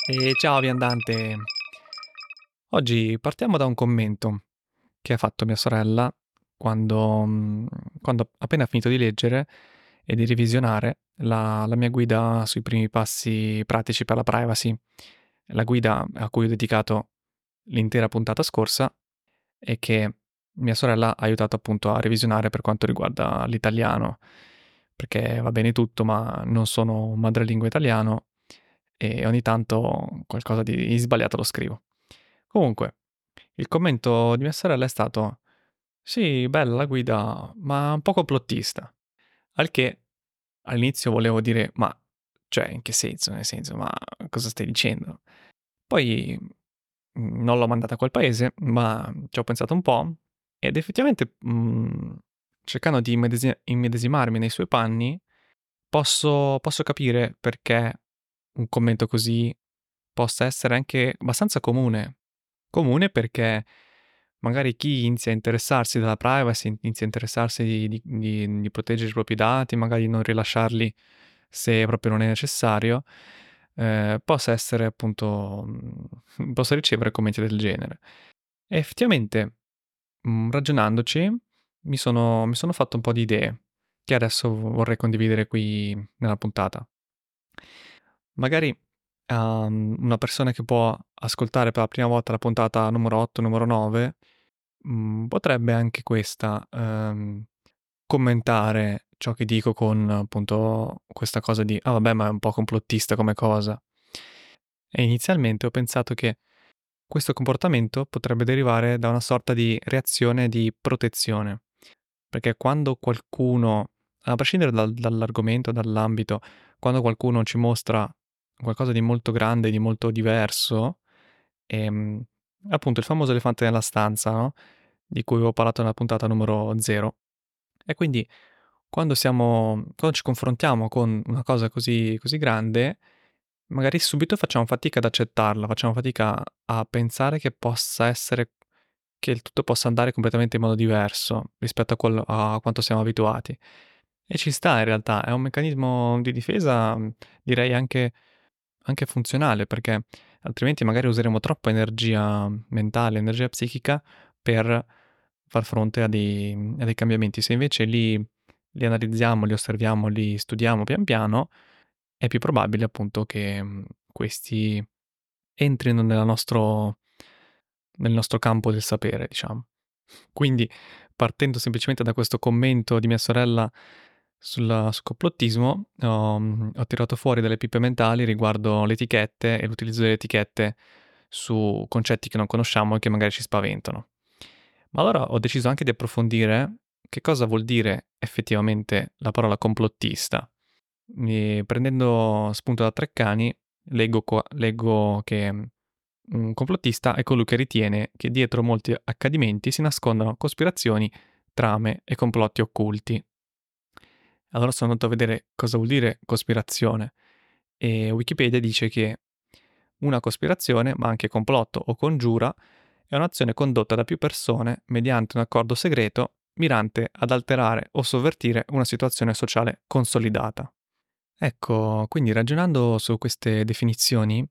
E ciao viandante. Oggi partiamo da un commento che ha fatto mia sorella quando ha appena finito di leggere e di revisionare la mia guida sui primi passi pratici per la privacy, la guida a cui ho dedicato l'intera puntata scorsa e che mia sorella ha aiutato appunto a revisionare per quanto riguarda l'italiano, perché va bene tutto, ma non sono madrelingua italiano e ogni tanto qualcosa di sbagliato lo scrivo. Comunque, il commento di mia sorella è stato: "Sì, bella la guida, ma un po' complottista". Al che all'inizio volevo dire: "Ma cioè, in che senso? Nel senso, ma cosa stai dicendo?". Poi, non l'ho mandata a quel paese, ma ci ho pensato un po' ed effettivamente, cercando di immedesimarmi nei suoi panni, posso capire perché un commento così possa essere anche abbastanza comune. Comune perché magari chi inizia a interessarsi della privacy, inizia a interessarsi di proteggere i propri dati, magari non rilasciarli se proprio non è necessario, possa essere appunto possa ricevere commenti del genere. E effettivamente, ragionandoci, mi sono fatto un po' di idee, che adesso vorrei condividere qui nella puntata. Magari, una persona che può ascoltare per la prima volta la puntata numero 8, numero 9, potrebbe anche questa, commentare ciò che dico con appunto questa cosa di: "Ah vabbè, ma è un po' complottista come cosa". E inizialmente ho pensato che questo comportamento potrebbe derivare da una sorta di reazione di protezione, perché quando qualcuno, a prescindere dall'argomento, dall'ambito, quando qualcuno ci mostra qualcosa di molto grande, di molto diverso, ehm, appunto il famoso elefante nella stanza, no, di cui avevo parlato nella puntata numero 0. E quindi quando ci confrontiamo con una cosa così grande, magari subito facciamo fatica ad accettarla, facciamo fatica a pensare che il tutto possa andare completamente in modo diverso rispetto a quanto siamo abituati. E ci sta in realtà, è un meccanismo di difesa, direi anche funzionale, perché altrimenti magari useremo troppa energia mentale, energia psichica per far fronte a dei cambiamenti. Se invece li analizziamo, li osserviamo, li studiamo pian piano, è più probabile appunto che, questi entrino nel nostro campo del sapere, diciamo. Quindi, partendo semplicemente da questo commento di mia sorella sul complottismo, ho tirato fuori delle pippe mentali riguardo le etichette e l'utilizzo delle etichette su concetti che non conosciamo e che magari ci spaventano. Ma allora ho deciso anche di approfondire che cosa vuol dire effettivamente la parola complottista. Prendendo spunto da Treccani, leggo che un complottista è colui che ritiene che dietro molti accadimenti si nascondano cospirazioni, trame e complotti occulti. Allora sono andato a vedere cosa vuol dire cospirazione e Wikipedia dice che una cospirazione, ma anche complotto o congiura, è un'azione condotta da più persone mediante un accordo segreto mirante ad alterare o sovvertire una situazione sociale consolidata. Ecco, quindi ragionando su queste definizioni,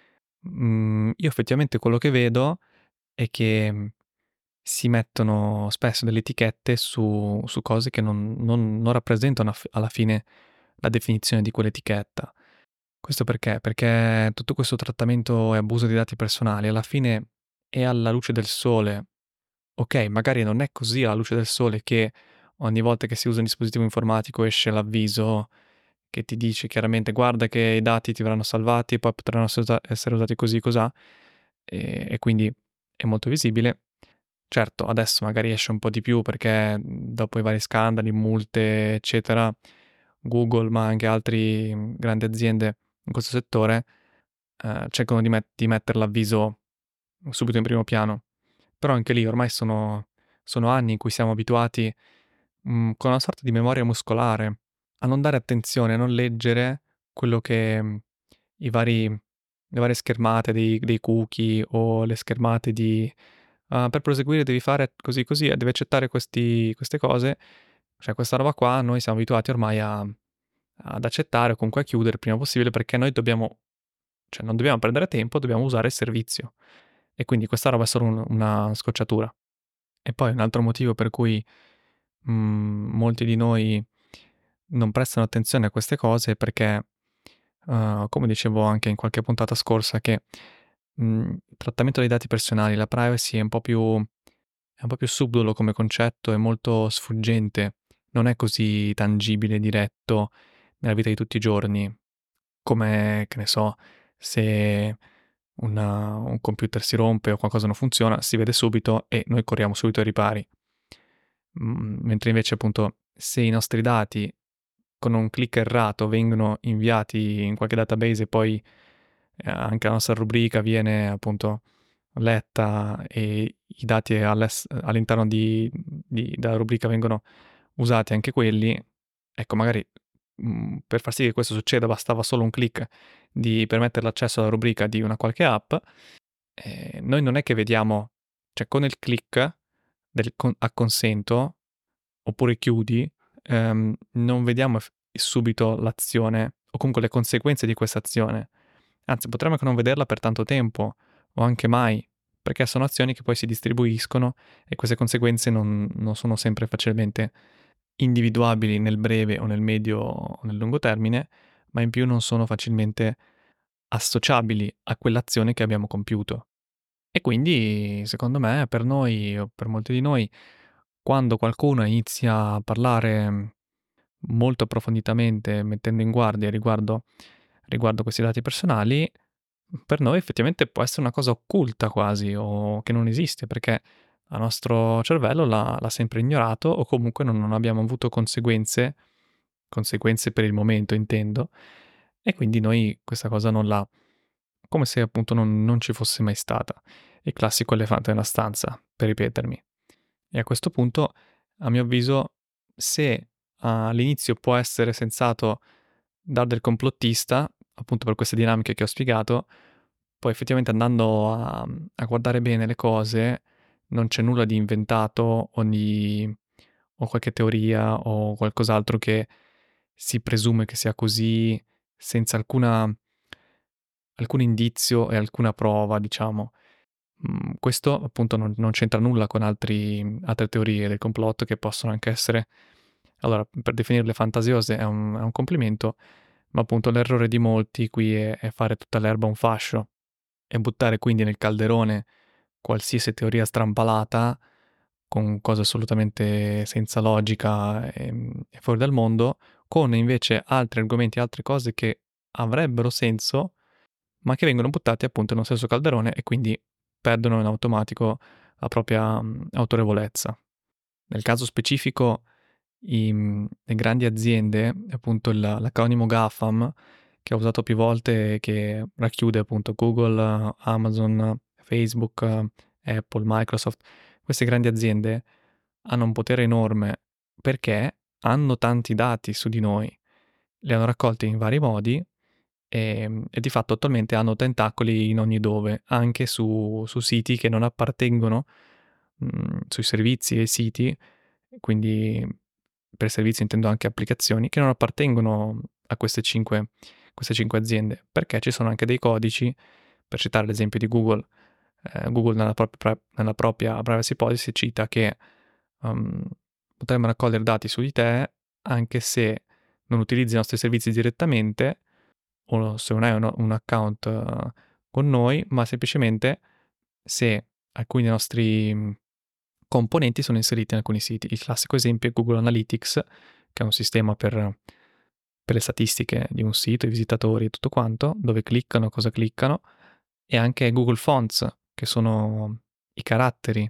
io effettivamente quello che vedo è che, si mettono spesso delle etichette su cose che non rappresentano alla fine la definizione di quell'etichetta. Questo perché? Perché tutto questo trattamento e abuso di dati personali alla fine è alla luce del sole. Okay, magari non è così alla luce del sole che ogni volta che si usa un dispositivo informatico esce l'avviso che ti dice chiaramente: "Guarda che i dati ti verranno salvati, poi potranno essere usati così, cosà", e quindi è molto visibile. Certo, adesso magari esce un po' di più perché, dopo i vari scandali, multe, eccetera, Google, ma anche altri, grandi aziende in questo settore, cercano di mettere l'avviso subito in primo piano. Però anche lì ormai sono anni in cui siamo abituati, con una sorta di memoria muscolare, a non dare attenzione, a non leggere quello che, i vari le varie schermate dei cookie o le schermate di: per proseguire devi fare così, così e devi accettare queste cose". Cioè questa roba qua noi siamo abituati ormai ad accettare o comunque a chiudere il prima possibile perché noi dobbiamo Cioè non dobbiamo perdere tempo, dobbiamo usare il servizio. E quindi questa roba è solo una scocciatura. E poi un altro motivo per cui molti di noi non prestano attenzione a queste cose è perché, come dicevo anche in qualche puntata scorsa, che il trattamento dei dati personali, la privacy è un po' più subdolo come concetto, è molto sfuggente, non è così tangibile, diretto nella vita di tutti i giorni, come, che ne so, se un computer si rompe o qualcosa non funziona, si vede subito e noi corriamo subito ai ripari. Mentre invece appunto se i nostri dati con un click errato vengono inviati in qualche database e poi anche la nostra rubrica viene appunto letta e i dati all'interno della rubrica vengono usati anche quelli, ecco magari per far sì che questo succeda bastava solo un click di permettere l'accesso alla rubrica di una qualche app, noi non è che vediamo, cioè con il click a consento oppure chiudi, non vediamo subito l'azione o comunque le conseguenze di questa azione. Anzi, potremmo anche non vederla per tanto tempo o anche mai, perché sono azioni che poi si distribuiscono e queste conseguenze non sono sempre facilmente individuabili nel breve o nel medio o nel lungo termine, ma in più non sono facilmente associabili a quell'azione che abbiamo compiuto. E quindi, secondo me, per noi o per molti di noi, quando qualcuno inizia a parlare molto approfonditamente, mettendo in guardia riguardo questi dati personali, per noi effettivamente può essere una cosa occulta quasi o che non esiste, perché il nostro cervello l'ha sempre ignorato o comunque non abbiamo avuto conseguenze per il momento intendo, e quindi noi questa cosa non la come se appunto non ci fosse mai stata. Il classico elefante nella stanza, per ripetermi. E a questo punto, a mio avviso, se all'inizio può essere sensato dar del complottista, appunto per queste dinamiche che ho spiegato, poi effettivamente andando a guardare bene le cose, non c'è nulla di inventato o qualche teoria o qualcos'altro che si presume che sia così senza alcun indizio e alcuna prova, diciamo. Questo appunto non c'entra nulla con altre teorie del complotto che possono anche essere, allora, per definirle fantasiose è un complimento, ma appunto l'errore di molti qui è fare tutta l'erba un fascio e buttare quindi nel calderone qualsiasi teoria strampalata con cose assolutamente senza logica e fuori dal mondo, con invece altri argomenti, altre cose che avrebbero senso ma che vengono buttati appunto nello stesso calderone e quindi perdono in automatico la propria autorevolezza. Nel caso specifico, le grandi aziende, appunto l'acronimo GAFAM, che ho usato più volte, che racchiude appunto Google, Amazon, Facebook, Apple, Microsoft, queste grandi aziende hanno un potere enorme perché hanno tanti dati su di noi, li hanno raccolti in vari modi e di fatto attualmente hanno tentacoli in ogni dove, anche su siti che non appartengono, sui servizi e siti, quindi per servizi intendo anche applicazioni, che non appartengono a queste cinque aziende, perché ci sono anche dei codici, per citare l'esempio di Google, Google nella propria privacy policy cita che um, potremmo raccogliere dati su di te anche se non utilizzi i nostri servizi direttamente o se non hai un account con noi, ma semplicemente se alcuni dei nostri componenti sono inseriti in alcuni siti. Il classico esempio è Google Analytics, che è un sistema per le statistiche di un sito, i visitatori e tutto quanto, dove cliccano, cosa cliccano, e anche Google Fonts, che sono i caratteri,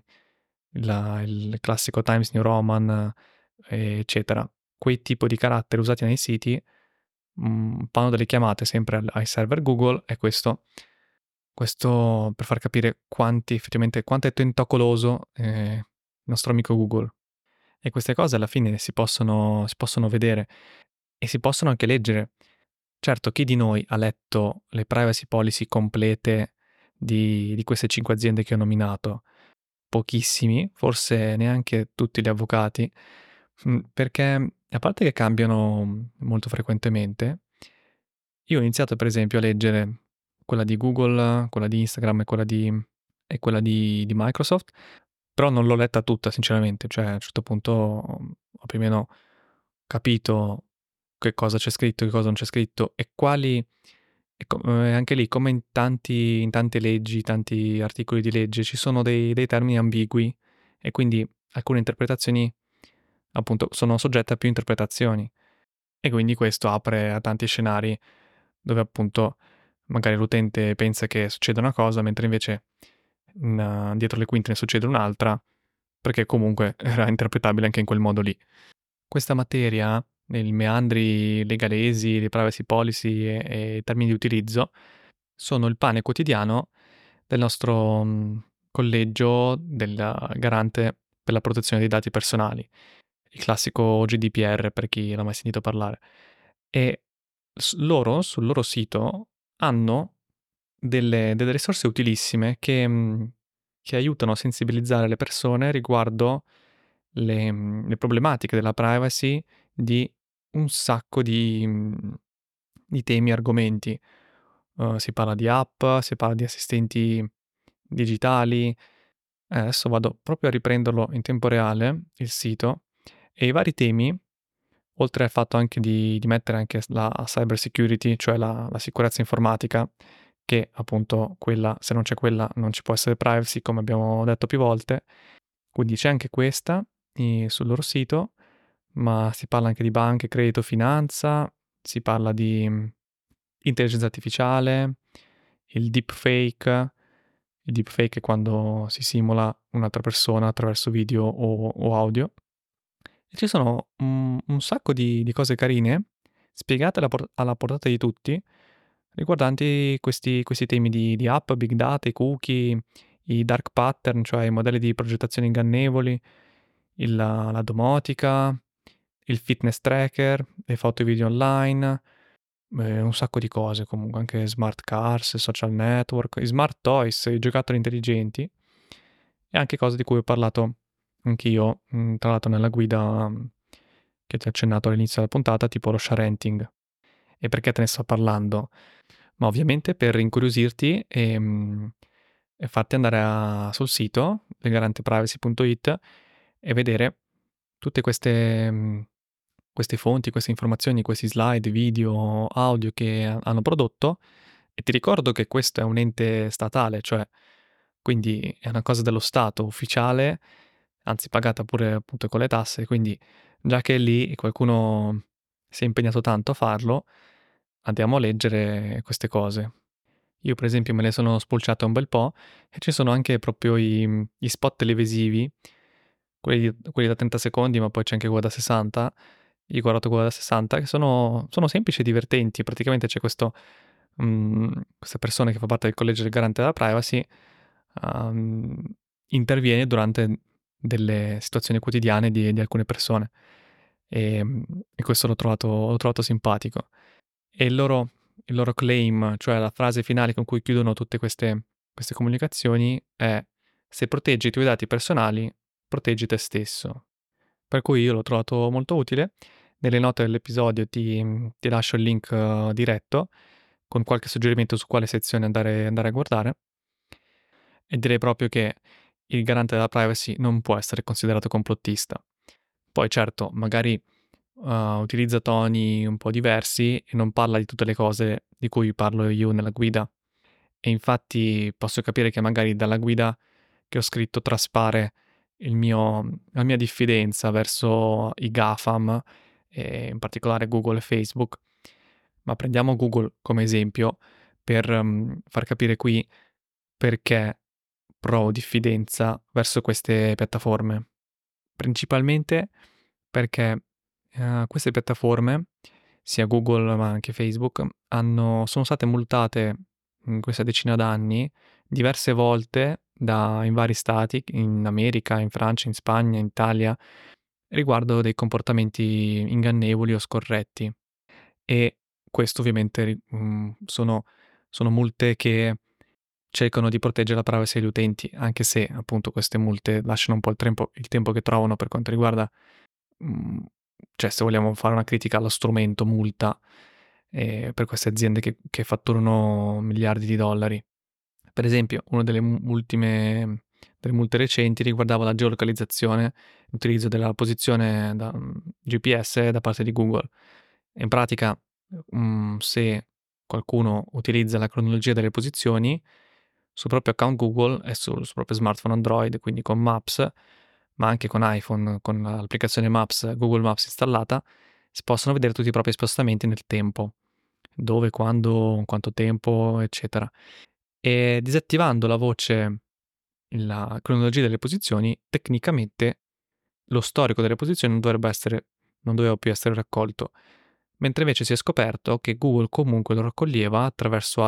il classico Times New Roman, eccetera. Quei tipo di caratteri usati nei siti fanno delle chiamate sempre ai server Google e questo per far capire quanto è tentacoloso il nostro amico Google. E queste cose alla fine si possono vedere e si possono anche leggere. Certo, chi di noi ha letto le privacy policy complete di queste 5 aziende che ho nominato? Pochissimi, forse neanche tutti gli avvocati, perché a parte che cambiano molto frequentemente, io ho iniziato per esempio a leggere quella di Google, quella di Instagram e quella di Microsoft, però non l'ho letta tutta sinceramente, cioè a un certo punto ho più o meno capito che cosa c'è scritto, che cosa non c'è scritto e quali anche lì come in tante leggi, tanti articoli di legge ci sono dei termini ambigui e quindi alcune interpretazioni appunto sono soggette a più interpretazioni e quindi questo apre a tanti scenari dove appunto magari l'utente pensa che succeda una cosa mentre invece dietro le quinte ne succede un'altra perché comunque era interpretabile anche in quel modo lì. Questa materia, nei meandri legalesi, le privacy policy e termini di utilizzo, sono il pane quotidiano del nostro collegio del garante per la protezione dei dati personali, il classico GDPR per chi l'ha mai sentito parlare. E loro, sul loro sito, hanno delle risorse utilissime che aiutano a sensibilizzare le persone riguardo le problematiche della privacy di un sacco di temi e argomenti. Si parla di app, si parla di assistenti digitali. Adesso vado proprio a riprenderlo in tempo reale, il sito, e i vari temi, oltre al fatto anche di mettere anche la cyber security, cioè la sicurezza informatica, che appunto quella, se non c'è quella non ci può essere privacy, come abbiamo detto più volte. Quindi c'è anche questa sul loro sito, ma si parla anche di banche, credito, finanza, si parla di intelligenza artificiale, il deepfake. Il deepfake è quando si simula un'altra persona attraverso video o audio. E ci sono un sacco di cose carine, spiegate alla portata di tutti, riguardanti questi temi di app, big data, i cookie, i dark pattern, cioè i modelli di progettazione ingannevoli, la domotica, il fitness tracker, le foto e video online, un sacco di cose comunque, anche smart cars, social network, i smart toys, i giocattoli intelligenti e anche cose di cui ho parlato anch'io, tra l'altro nella guida che ti ho accennato all'inizio della puntata, tipo lo sharenting. E perché te ne sto parlando? Ma ovviamente per incuriosirti e farti andare sul sito legaranteprivacy.it e vedere tutte queste fonti, queste informazioni, questi slide, video, audio che hanno prodotto. E ti ricordo che questo è un ente statale, cioè quindi è una cosa dello Stato ufficiale, anzi pagata pure appunto con le tasse, quindi già che è lì e qualcuno si è impegnato tanto a farlo, andiamo a leggere queste cose. Io per esempio me le sono spulciate un bel po' e ci sono anche proprio gli spot televisivi, quelli da 30 secondi, ma poi c'è anche quello da 60. Io ho guardato quello da 60, che sono semplici e divertenti. Praticamente c'è questa persona che fa parte del collegio del garante della privacy, um, interviene durante delle situazioni quotidiane di alcune persone. E questo l'ho trovato simpatico. E il loro claim, cioè la frase finale con cui chiudono tutte queste comunicazioni è: se proteggi i tuoi dati personali, proteggi te stesso. Per cui io l'ho trovato molto utile. Nelle note dell'episodio ti lascio il link diretto con qualche suggerimento su quale sezione andare a guardare. E direi proprio che il garante della privacy non può essere considerato complottista. Poi certo, magari utilizza toni un po' diversi e non parla di tutte le cose di cui parlo io nella guida. E infatti posso capire che magari dalla guida che ho scritto traspare la mia diffidenza verso i GAFAM, e in particolare Google e Facebook. Ma prendiamo Google come esempio per far capire qui perché provo diffidenza verso queste piattaforme. Principalmente perché queste piattaforme, sia Google ma anche Facebook, sono state multate in questa decina d'anni diverse volte in vari stati, in America, in Francia, in Spagna, in Italia, riguardo dei comportamenti ingannevoli o scorretti. E questo ovviamente sono multe che cercano di proteggere la privacy degli utenti, anche se appunto queste multe lasciano un po' il tempo che trovano per quanto riguarda, mhmm, cioè se vogliamo fare una critica allo strumento multa, per queste aziende che fatturano miliardi di dollari. Per esempio, una delle multe recenti riguardava la geolocalizzazione, l'utilizzo della posizione GPS da parte di Google. In pratica, se qualcuno utilizza la cronologia delle posizioni sul proprio account Google e sul proprio smartphone Android, quindi con Maps, ma anche con iPhone, con l'applicazione Maps, Google Maps installata, si possono vedere tutti i propri spostamenti nel tempo, dove, quando, quanto tempo, eccetera. E disattivando la cronologia delle posizioni, tecnicamente lo storico delle posizioni non doveva più essere raccolto, mentre invece si è scoperto che Google comunque lo raccoglieva attraverso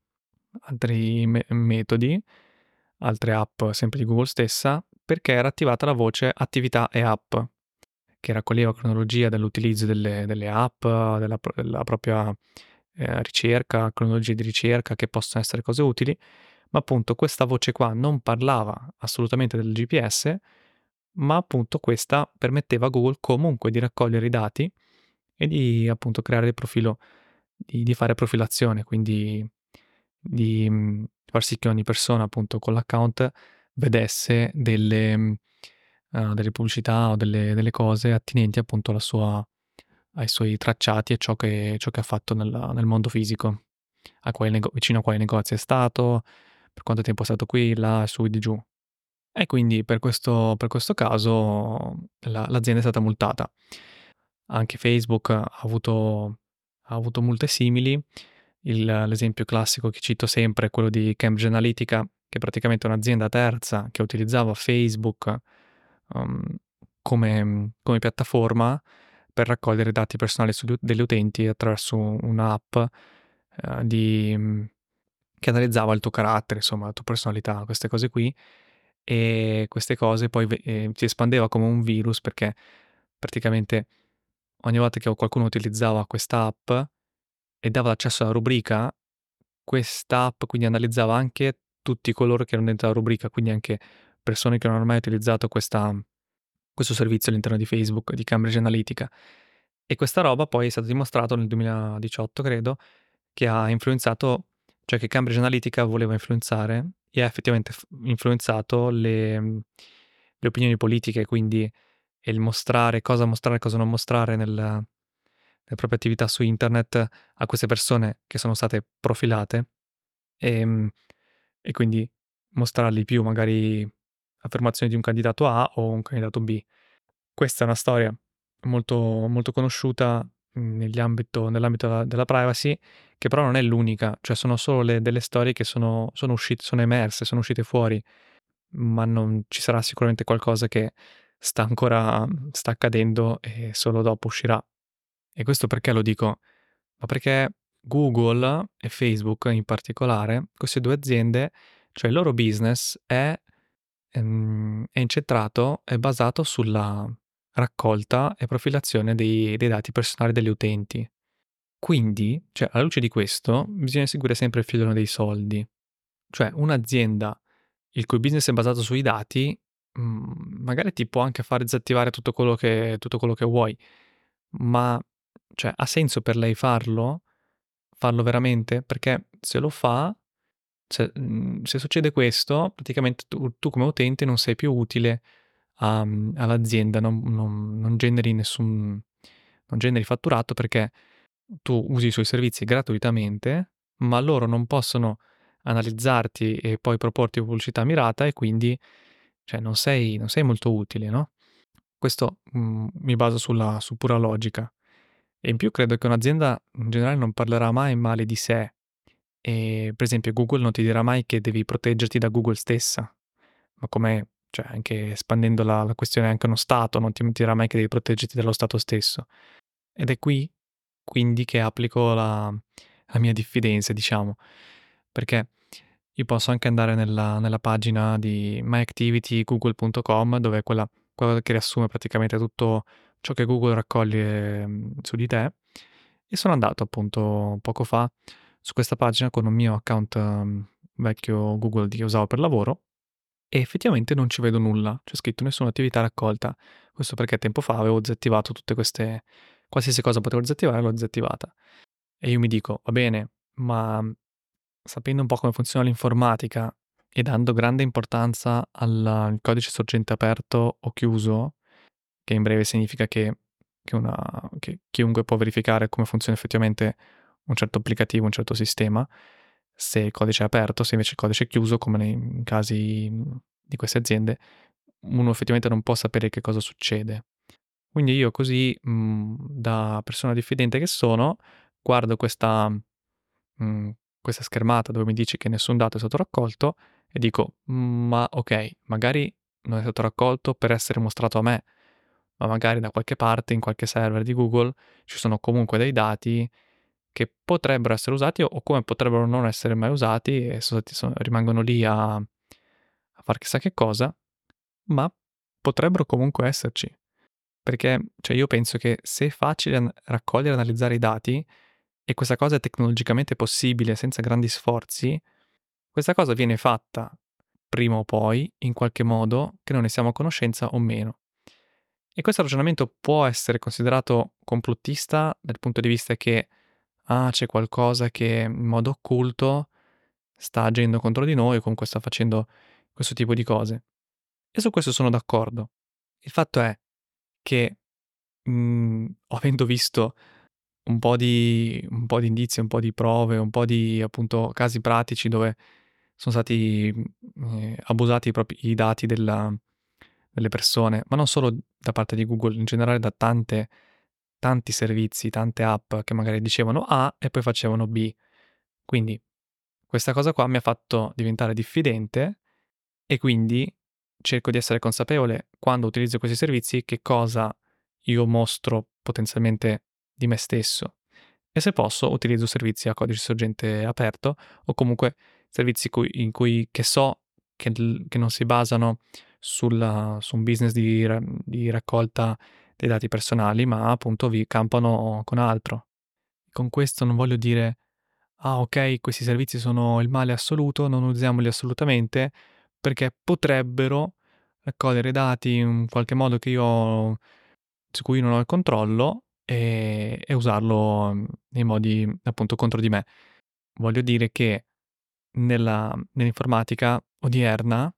altri metodi, altre app sempre di Google stessa, perché era attivata la voce attività e app, che raccoglieva cronologia dell'utilizzo delle app, della propria ricerca, cronologie di ricerca che possono essere cose utili, ma appunto questa voce qua non parlava assolutamente del GPS, ma appunto questa permetteva a Google comunque di raccogliere i dati e di appunto creare il profilo, di fare profilazione, quindi di far sì che ogni persona appunto con l'account vedesse delle pubblicità o delle cose attinenti appunto ai suoi tracciati e ciò che ha fatto nel mondo fisico, vicino a quali negozi è stato, per quanto tempo è stato qui, là, su e di giù. E quindi per questo caso l'azienda è stata multata. Anche Facebook ha avuto multe simili. L'esempio classico che cito sempre è quello di Cambridge Analytica, che è praticamente un'azienda terza che utilizzava Facebook um, come piattaforma per raccogliere dati personali degli utenti attraverso un'app che analizzava il tuo carattere, insomma, la tua personalità, queste cose qui. E queste cose poi si espandeva come un virus perché praticamente ogni volta che qualcuno utilizzava questa app e dava l'accesso alla rubrica, questa app quindi analizzava anche tutti coloro che erano dentro la rubrica, quindi anche persone che non hanno mai utilizzato questo servizio all'interno di Facebook, di Cambridge Analytica. E questa roba poi è stato dimostrato nel 2018, credo, che ha influenzato, cioè che Cambridge Analytica voleva influenzare e ha effettivamente influenzato le opinioni politiche, quindi il mostrare e cosa non mostrare nelle proprie attività su internet a queste persone che sono state profilate, ehm, e quindi mostrargli più magari affermazioni di un candidato A o un candidato B. Questa è una storia molto, molto conosciuta nell'ambito della privacy, che però non è l'unica, cioè sono solo delle storie che sono emerse, sono uscite fuori, ma non ci sarà sicuramente qualcosa che sta accadendo e solo dopo uscirà. E questo perché lo dico? Ma perché Google e Facebook in particolare, queste due aziende, cioè il loro business è incentrato, è basato sulla raccolta e profilazione dei dati personali degli utenti. Quindi, cioè, alla luce di questo, bisogna seguire sempre il filone dei soldi. Cioè, un'azienda il cui business è basato sui dati, magari ti può anche far disattivare tutto quello che vuoi, ma cioè, ha senso per lei farlo? Farlo veramente? Perché se lo fa, se succede questo, praticamente tu come utente non sei più utile all'azienda, non generi fatturato perché tu usi i suoi servizi gratuitamente, ma loro non possono analizzarti e poi proporti pubblicità mirata e quindi, cioè, non sei molto utile, no? Questo, mi baso su pura logica. E in più credo che un'azienda in generale non parlerà mai male di sé. E per esempio Google non ti dirà mai che devi proteggerti da Google stessa, ma come, cioè anche espandendo la questione anche a uno Stato, non ti dirà mai che devi proteggerti dallo Stato stesso. Ed è qui quindi che applico la mia diffidenza, diciamo, perché io posso anche andare nella pagina di myactivitygoogle.com, dove è quella che riassume praticamente tutto ciò che Google raccoglie su di te, e sono andato appunto poco fa su questa pagina con un mio account vecchio Google che usavo per lavoro e effettivamente non ci vedo nulla, c'è scritto nessuna attività raccolta. Questo perché tempo fa avevo disattivato tutte queste, qualsiasi cosa potevo disattivare l'ho disattivata. E io mi dico: "Va bene, ma sapendo un po' come funziona l'informatica e dando grande importanza al codice sorgente aperto o chiuso, che in breve significa che chiunque può verificare come funziona effettivamente un certo applicativo, un certo sistema, se il codice è aperto, se invece il codice è chiuso, come nei casi, di queste aziende, uno effettivamente non può sapere che cosa succede. Quindi io così, da persona diffidente che sono, guardo questa schermata dove mi dice che nessun dato è stato raccolto e dico: Ma okay, magari non è stato raccolto per essere mostrato a me, ma magari da qualche parte, in qualche server di Google, ci sono comunque dei dati che potrebbero essere usati o come potrebbero non essere mai usati e rimangono lì a far chissà che cosa, ma potrebbero comunque esserci. Perché, cioè, io penso che se è facile raccogliere e analizzare i dati e questa cosa è tecnologicamente possibile senza grandi sforzi, questa cosa viene fatta prima o poi, in qualche modo, che noi ne siamo a conoscenza o meno. E questo ragionamento può essere considerato complottista dal punto di vista che, c'è qualcosa che in modo occulto sta agendo contro di noi o comunque sta facendo questo tipo di cose. E su questo sono d'accordo. Il fatto è che, avendo visto un po' di indizi, un po' di prove, un po' di, appunto, casi pratici dove sono stati, abusati i dati delle persone, ma non solo da parte di Google, in generale da tanti servizi, tante app che magari dicevano A e poi facevano B. Quindi questa cosa qua mi ha fatto diventare diffidente e quindi cerco di essere consapevole quando utilizzo questi servizi che cosa io mostro potenzialmente di me stesso. E se posso utilizzo servizi a codice sorgente aperto o comunque servizi che so che non si basano su un business di raccolta dei dati personali, ma appunto vi campano con altro. Con questo non voglio dire: "Ah okay, questi servizi sono il male assoluto, non usiamoli assolutamente", perché potrebbero raccogliere dati in un qualche modo su cui io non ho il controllo, e usarlo, nei modi appunto contro di me. Voglio dire che nell'informatica odierna,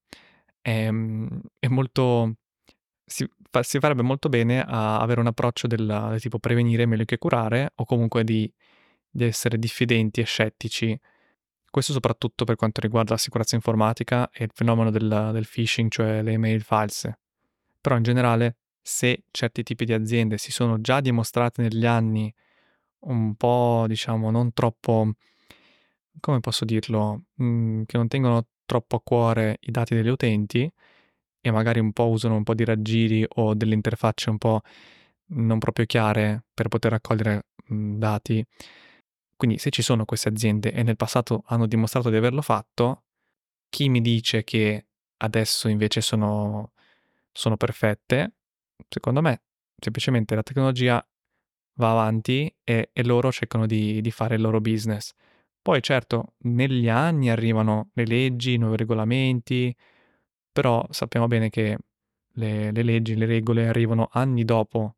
è molto si farebbe molto bene a avere un approccio del tipo prevenire è meglio che curare o comunque di essere diffidenti e scettici. Questo soprattutto per quanto riguarda la sicurezza informatica e il fenomeno del phishing, cioè le email false. Però in generale, se certi tipi di aziende si sono già dimostrate negli anni un po', diciamo, non troppo, come posso dirlo, che non tengono troppo a cuore i dati degli utenti e magari un po' usano un po' di raggiri o delle interfacce un po' non proprio chiare per poter raccogliere, dati. Quindi se ci sono queste aziende e nel passato hanno dimostrato di averlo fatto, chi mi dice che adesso invece sono perfette? Secondo me semplicemente la tecnologia va avanti e loro cercano di fare il loro business. Poi certo, negli anni arrivano le leggi, i nuovi regolamenti, però sappiamo bene che le leggi, le regole arrivano anni dopo,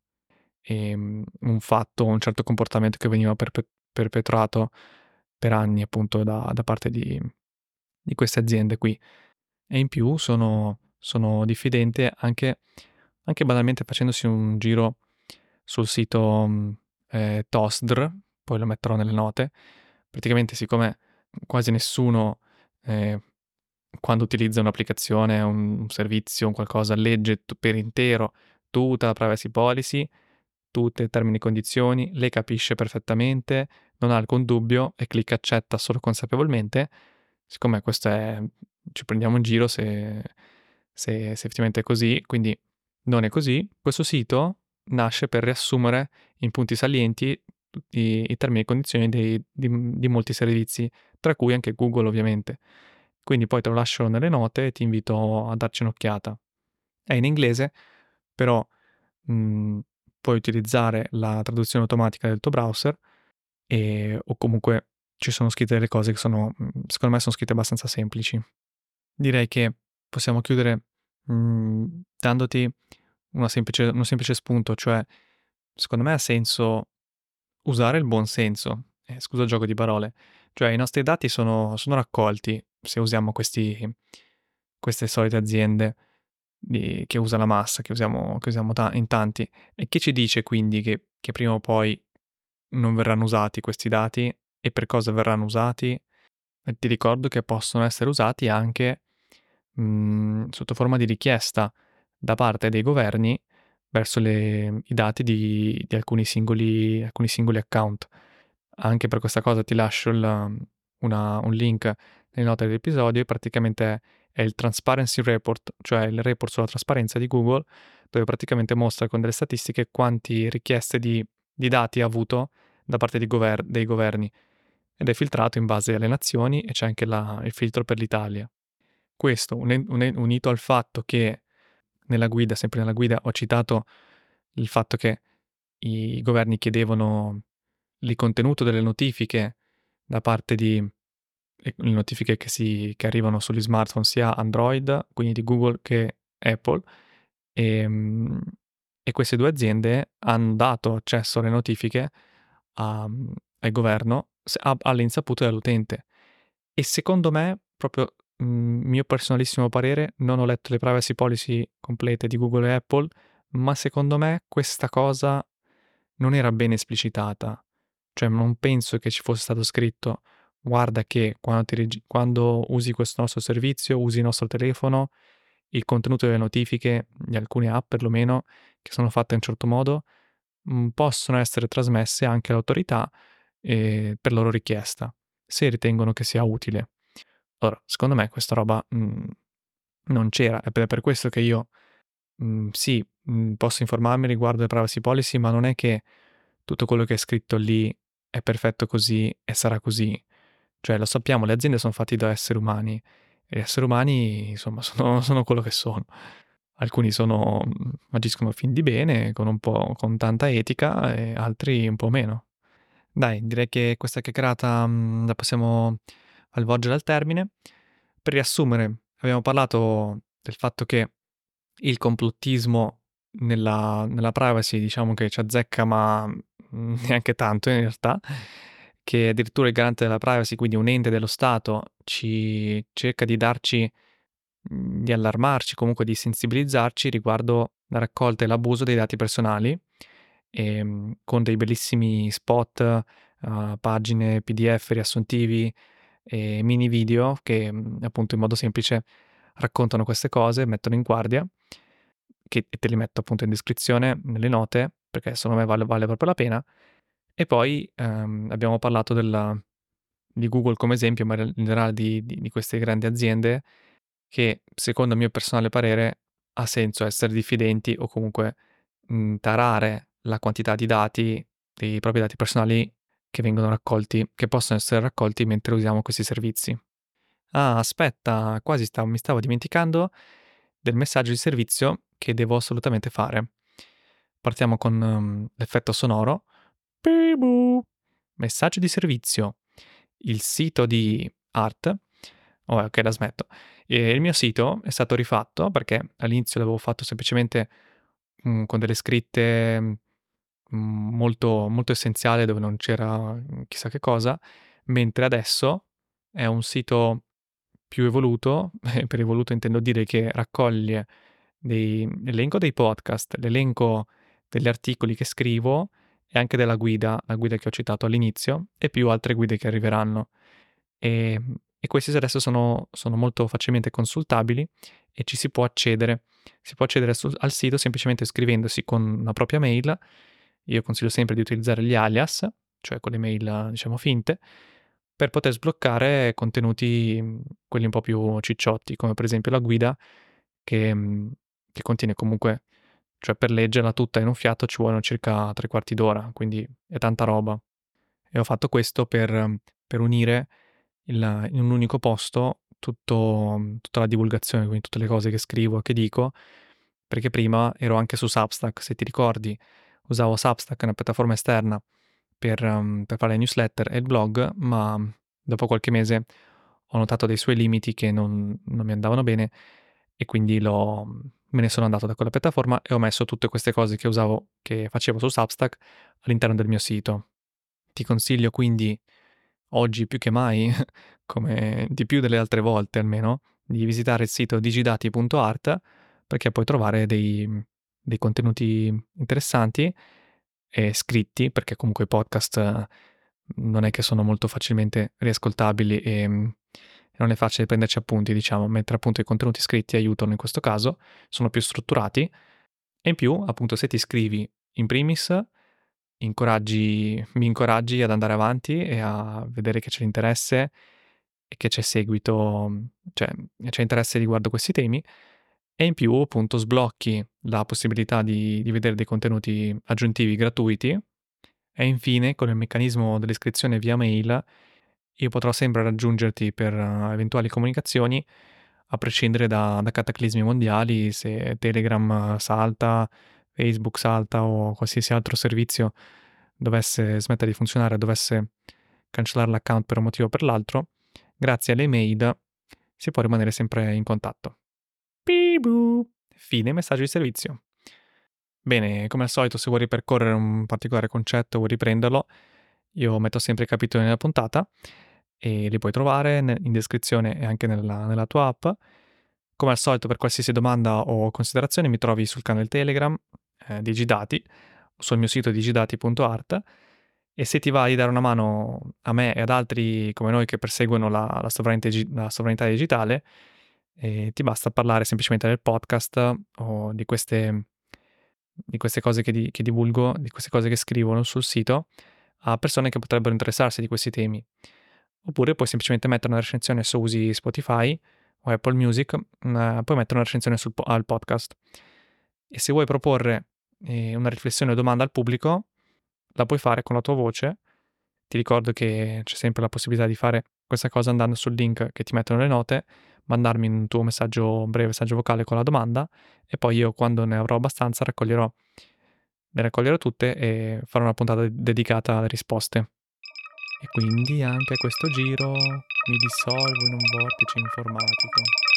un fatto, un certo comportamento che veniva perpetrato per anni appunto da parte di queste aziende qui. E in più sono diffidente anche banalmente facendosi un giro sul sito, Toastr, poi lo metterò nelle note. Praticamente siccome quasi nessuno, ehm, quando utilizza un'applicazione, un servizio, un qualcosa, legge per intero tutta la privacy policy, tutte termini e condizioni, le capisce perfettamente, non ha alcun dubbio e clicca accetta solo consapevolmente, siccome questo è ci prendiamo in giro se effettivamente è così, quindi non è così. Questo sito nasce per riassumere in punti salienti tutti i termini e condizioni di molti servizi, tra cui anche Google ovviamente. Quindi poi te lo lascio nelle note e ti invito a darci un'occhiata. È in inglese, però, mhmm, puoi utilizzare la traduzione automatica del tuo browser, o comunque ci sono scritte delle cose che secondo me son scritte abbastanza semplici. Direi che possiamo chiudere, dandoti un semplice spunto, cioè secondo me ha senso usare il buon senso. scusa il gioco di parole, cioè i nostri dati sono raccolti se usiamo queste solite aziende che usa la massa, che usiamo in tanti. E che ci dice quindi che prima o poi non verranno usati questi dati e per cosa verranno usati? E ti ricordo che possono essere usati anche sotto forma di richiesta da parte dei governi verso i dati di alcuni singoli account. Anche per questa cosa ti lascio un link nelle note dell'episodio, e praticamente è il Transparency Report, cioè il report sulla trasparenza di Google, dove praticamente mostra con delle statistiche quanti richieste di dati ha avuto da parte dei governi, ed è filtrato in base alle nazioni, e c'è anche il filtro per l'Italia. Questo unito al fatto che sempre nella guida, ho citato il fatto che i governi chiedevano il contenuto delle notifiche da parte le notifiche che arrivano sugli smartphone, sia Android, quindi di Google, che Apple, ehm, e queste due aziende hanno dato accesso alle notifiche al governo alle insaputa dell'utente. E secondo me, proprio mio personalissimo parere, non ho letto le privacy policy complete di Google e Apple, ma secondo me questa cosa non era ben esplicitata. Cioè non penso che ci fosse stato scritto: guarda che quando usi questo nostro servizio, usi il nostro telefono, il contenuto delle notifiche di alcune app perlomeno, che sono fatte in un certo modo, possono essere trasmesse anche all'autorità, per loro richiesta, se ritengono che sia utile. Ora, secondo me questa roba, non c'era, ed è per questo che io, sì, posso informarmi riguardo le privacy policy, ma non è che tutto quello che è scritto lì è perfetto così e sarà così. Cioè, lo sappiamo, le aziende son fatti da esseri umani, e gli esseri umani, insomma, sono quello che sono. Alcuni agiscono fin di bene, con tanta etica, e altri un po' meno. Dai, direi che questa chiacchierata, la possiamo volgere al termine. Per riassumere, abbiamo parlato del fatto che il complottismo nella privacy, diciamo che ci azzecca, ma neanche tanto in realtà, che addirittura il garante della privacy, quindi un ente dello Stato, ci cerca di darci di allarmarci, comunque di sensibilizzarci riguardo la raccolta e l'abuso dei dati personali, con dei bellissimi spot, pagine PDF riassuntivi e mini video che, appunto in modo semplice raccontano queste cose, mettono in guardia, che te li metto appunto in descrizione, nelle note, perché secondo me vale proprio la pena. E poi, abbiamo parlato di Google come esempio, ma in generale di queste grandi aziende che, secondo il mio personale parere, ha senso essere diffidenti o comunque, tarare la quantità di dati, dei propri dati personali che possono essere raccolti mentre usiamo questi servizi. Ah, aspetta, mi stavo dimenticando del messaggio di servizio che devo assolutamente fare. Partiamo con, l'effetto sonoro. Pibu. Messaggio di servizio. Il sito di Art, oh, ok, la smetto. Il mio sito è stato rifatto perché all'inizio l'avevo fatto semplicemente, con delle scritte, molto, molto essenziale, dove non c'era, chissà che cosa, mentre adesso è un sito più evoluto, e per evoluto intendo dire che raccoglie l'elenco dei podcast, l'elenco degli articoli che scrivo, e anche della guida, la guida che ho citato all'inizio, e più altre guide che arriveranno. E questi adesso sono molto facilmente consultabili, e ci si può accedere. Si può accedere al sito semplicemente scrivendosi con la propria mail. Io consiglio sempre di utilizzare gli alias, cioè con le mail, diciamo, finte, per poter sbloccare contenuti, quelli un po' più cicciotti, come per esempio la guida che, che contiene comunque, cioè per leggerla tutta in un fiato ci vogliono circa 3/4 d'ora, quindi è tanta roba. E ho fatto questo per unire in un unico posto tutta la divulgazione, quindi tutte le cose che scrivo e che dico, perché prima ero anche su Substack, se ti ricordi, usavo Substack, una piattaforma esterna, per fare le newsletter e il blog, ma dopo qualche mese ho notato dei suoi limiti che non mi andavano bene, e quindi me ne sono andato da quella piattaforma e ho messo tutte queste cose che facevo su Substack all'interno del mio sito. Ti consiglio quindi, oggi più che mai, come di più delle altre volte almeno, di visitare il sito digidati.art perché puoi trovare dei contenuti interessanti e scritti, perché comunque i podcast non è che sono molto facilmente riascoltabili e non è facile prenderci appunti, diciamo, mentre appunto i contenuti scritti aiutano in questo caso, sono più strutturati e in più, appunto, se ti iscrivi in primis mi incoraggi ad andare avanti e a vedere che c'è interesse e che c'è seguito, cioè c'è interesse riguardo questi temi e in più appunto sblocchi la possibilità di vedere dei contenuti aggiuntivi gratuiti e infine con il meccanismo dell'iscrizione via mail io potrò sempre raggiungerti per eventuali comunicazioni a prescindere da cataclismi mondiali, se Telegram salta, Facebook salta o qualsiasi altro servizio dovesse smettere di funzionare, dovesse cancellare l'account per un motivo o per l'altro, grazie alle email si può rimanere sempre in contatto. Pibu! Fine messaggio di servizio. Bene, come al solito, se vuoi ripercorrere un particolare concetto o vuoi riprenderlo, io metto sempre i capitoli nella puntata e li puoi trovare in descrizione e anche nella tua app. Come al solito, per qualsiasi domanda o considerazione mi trovi sul canale Telegram Digidati o sul mio sito digidati.art e se ti va di dare una mano a me e ad altri come noi che perseguono la sovranità digitale, ti basta parlare semplicemente del podcast o di queste cose che divulgo, di queste cose che scrivono sul sito a persone che potrebbero interessarsi di questi temi. Oppure puoi semplicemente mettere una recensione se usi Spotify o Apple Music, puoi mettere una recensione al podcast. E se vuoi proporre una riflessione o domanda al pubblico, la puoi fare con la tua voce. Ti ricordo che c'è sempre la possibilità di fare questa cosa andando sul link che ti mettono le note, mandarmi un tuo messaggio, un breve messaggio vocale con la domanda e poi io quando ne avrò abbastanza le raccoglierò tutte e farò una puntata dedicata alle risposte. E quindi anche a questo giro mi dissolvo in un vortice informatico.